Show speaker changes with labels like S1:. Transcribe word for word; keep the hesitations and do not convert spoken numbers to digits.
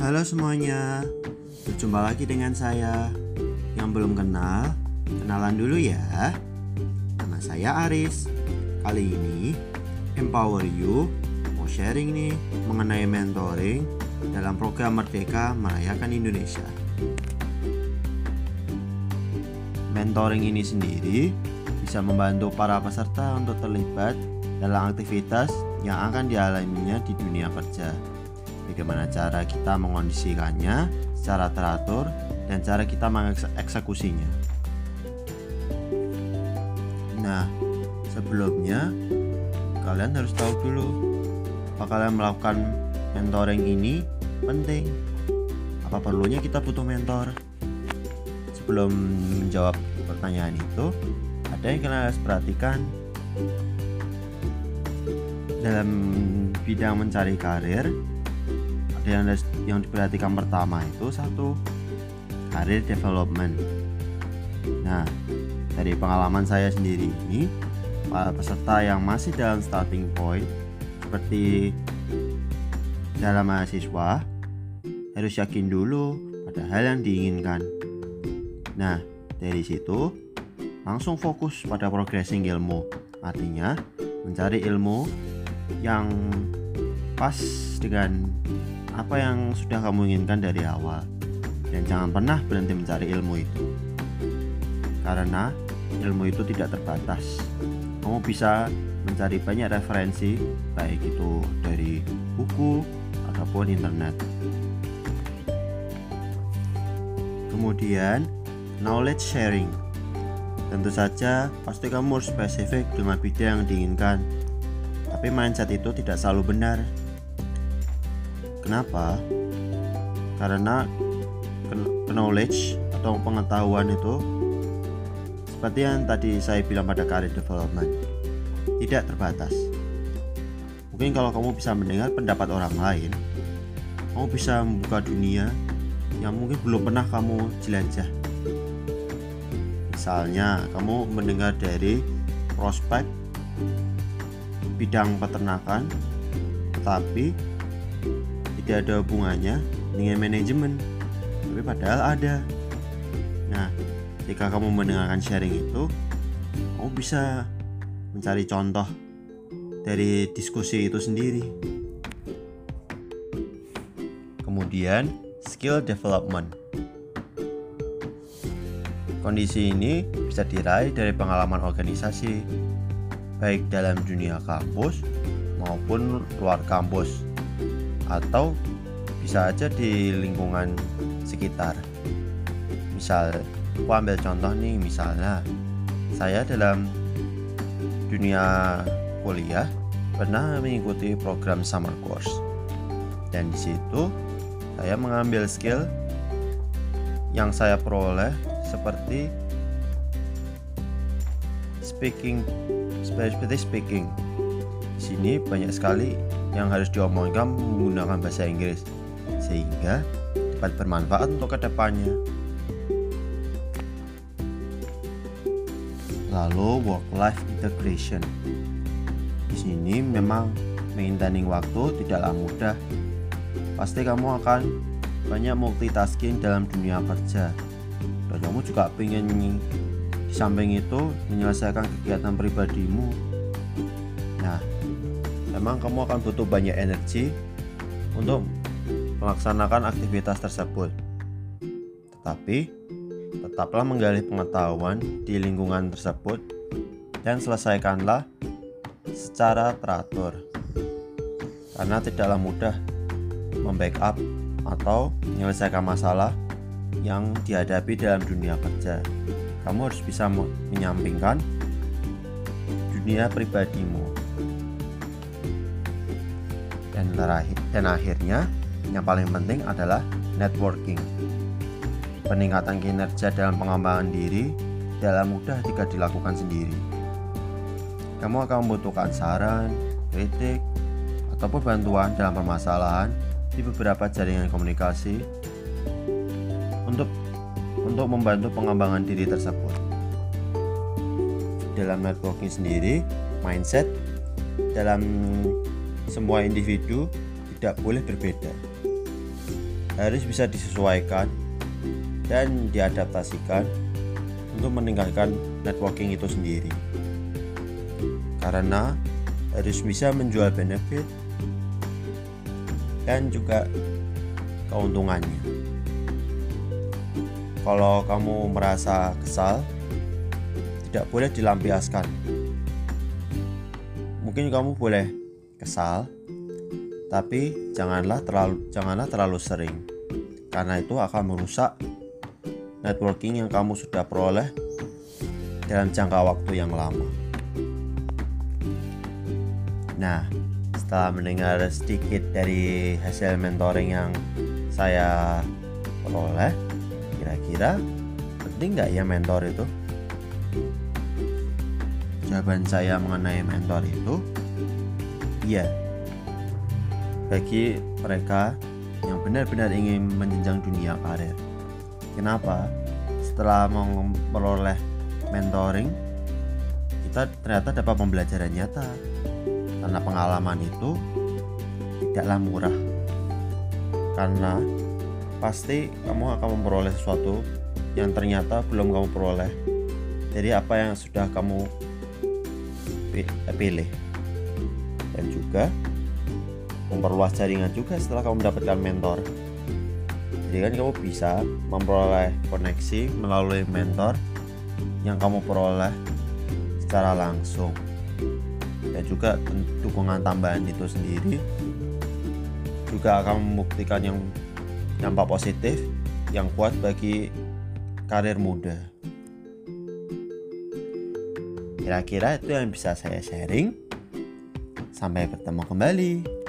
S1: Halo semuanya, berjumpa lagi dengan saya. Yang belum kenal, kenalan dulu ya. Nama saya Aris. Kali ini Empower You mau sharing nih mengenai mentoring dalam program Merdeka Merayakan Indonesia. Mentoring ini sendiri bisa membantu para peserta untuk terlibat dalam aktivitas yang akan dialaminya di dunia kerja. Bagaimana cara kita mengondisikannya secara teratur dan cara kita mengeksekusinya. Nah, sebelumnya kalian harus tahu dulu apa kalian melakukan mentoring ini penting. Apa perlunya kita butuh mentor? Sebelum menjawab pertanyaan itu, ada yang kalian harus perhatikan dalam bidang mencari karir. Ada yang, yang diperhatikan pertama itu satu, karir development. Nah, dari pengalaman saya sendiri ini, para peserta yang masih dalam starting point seperti dalam mahasiswa harus yakin dulu pada hal yang diinginkan. Nah, dari situ langsung fokus pada progressing ilmu. Artinya mencari ilmu yang pas dengan apa yang sudah kamu inginkan dari awal. Dan jangan pernah berhenti mencari ilmu itu, karena ilmu itu tidak terbatas. Kamu bisa mencari banyak referensi, baik itu dari buku ataupun internet. Kemudian knowledge sharing. Tentu saja pasti kamu harus spesifik dengan bidang yang diinginkan, tapi mindset itu tidak selalu benar. Kenapa? Karena knowledge atau pengetahuan itu seperti yang tadi saya bilang pada career development, tidak terbatas. Mungkin kalau kamu bisa mendengar pendapat orang lain, kamu bisa membuka dunia yang mungkin belum pernah kamu jelajah. Misalnya kamu mendengar dari prospek bidang peternakan, tetapi tidak ada hubungannya dengan manajemen, tapi padahal ada. Nah, jika kamu mendengarkan sharing itu, kamu bisa mencari contoh dari diskusi itu sendiri. Kemudian skill development. Kondisi ini bisa diraih dari pengalaman organisasi, baik dalam dunia kampus maupun luar kampus, atau bisa aja di lingkungan sekitar. Misal, aku ambil contoh nih, misalnya saya dalam dunia kuliah pernah mengikuti program summer course, dan di situ saya mengambil skill yang saya peroleh seperti speaking, seperti speaking. Di sini banyak sekali yang harus diomongkan menggunakan bahasa Inggris, sehingga dapat bermanfaat untuk kedepannya. Lalu work-life integration. Di sini memang maintaining waktu tidaklah mudah. Pasti kamu akan banyak multitasking dalam dunia kerja, dan kamu juga ingin di samping itu menyelesaikan kegiatan pribadimu. Nah, memang kamu akan butuh banyak energi untuk melaksanakan aktivitas tersebut. Tetapi tetaplah menggali pengetahuan di lingkungan tersebut dan selesaikanlah secara teratur. Karena tidaklah mudah membackup atau menyelesaikan masalah yang dihadapi dalam dunia kerja. Kamu harus bisa menyampingkan dunia pribadimu. Dan terakhir, dan akhirnya yang paling penting adalah networking. Peningkatan kinerja dalam pengembangan diri tidaklah mudah jika dilakukan sendiri. Kamu akan membutuhkan saran, kritik, ataupun bantuan dalam permasalahan di beberapa jaringan komunikasi untuk untuk membantu pengembangan diri tersebut. Dalam networking sendiri, mindset dalam semua individu tidak boleh berbeda. harus bisa disesuaikan dan diadaptasikan untuk meningkatkan networking itu sendiri, karena harus bisa menjual benefit dan juga keuntungannya. Kalau kamu merasa kesal, tidak boleh dilampiaskan. Mungkin kamu boleh kesal, tapi janganlah terlalu janganlah terlalu sering, karena itu akan merusak networking yang kamu sudah peroleh dalam jangka waktu yang lama. Nah, setelah mendengar sedikit dari hasil mentoring yang saya peroleh, kira-kira penting nggak ya mentor itu? Jawaban saya mengenai mentor itu, iya. Bagi mereka yang benar-benar ingin menjenjang dunia karir. Kenapa? Setelah memperoleh mentoring, kita ternyata dapat pembelajaran nyata. Karena pengalaman itu tidaklah murah. Karena pasti kamu akan memperoleh sesuatu yang ternyata belum kamu peroleh dari apa yang sudah kamu pilih. Dan juga memperluas jaringan juga setelah kamu mendapatkan mentor. Jadi kan kamu bisa memperoleh koneksi melalui mentor yang kamu peroleh secara langsung. Dan juga dukungan tambahan itu sendiri juga akan membuktikan yang dampak positif yang kuat bagi karir muda. Kira-kira itu yang bisa saya sharing. Sampai bertemu kembali.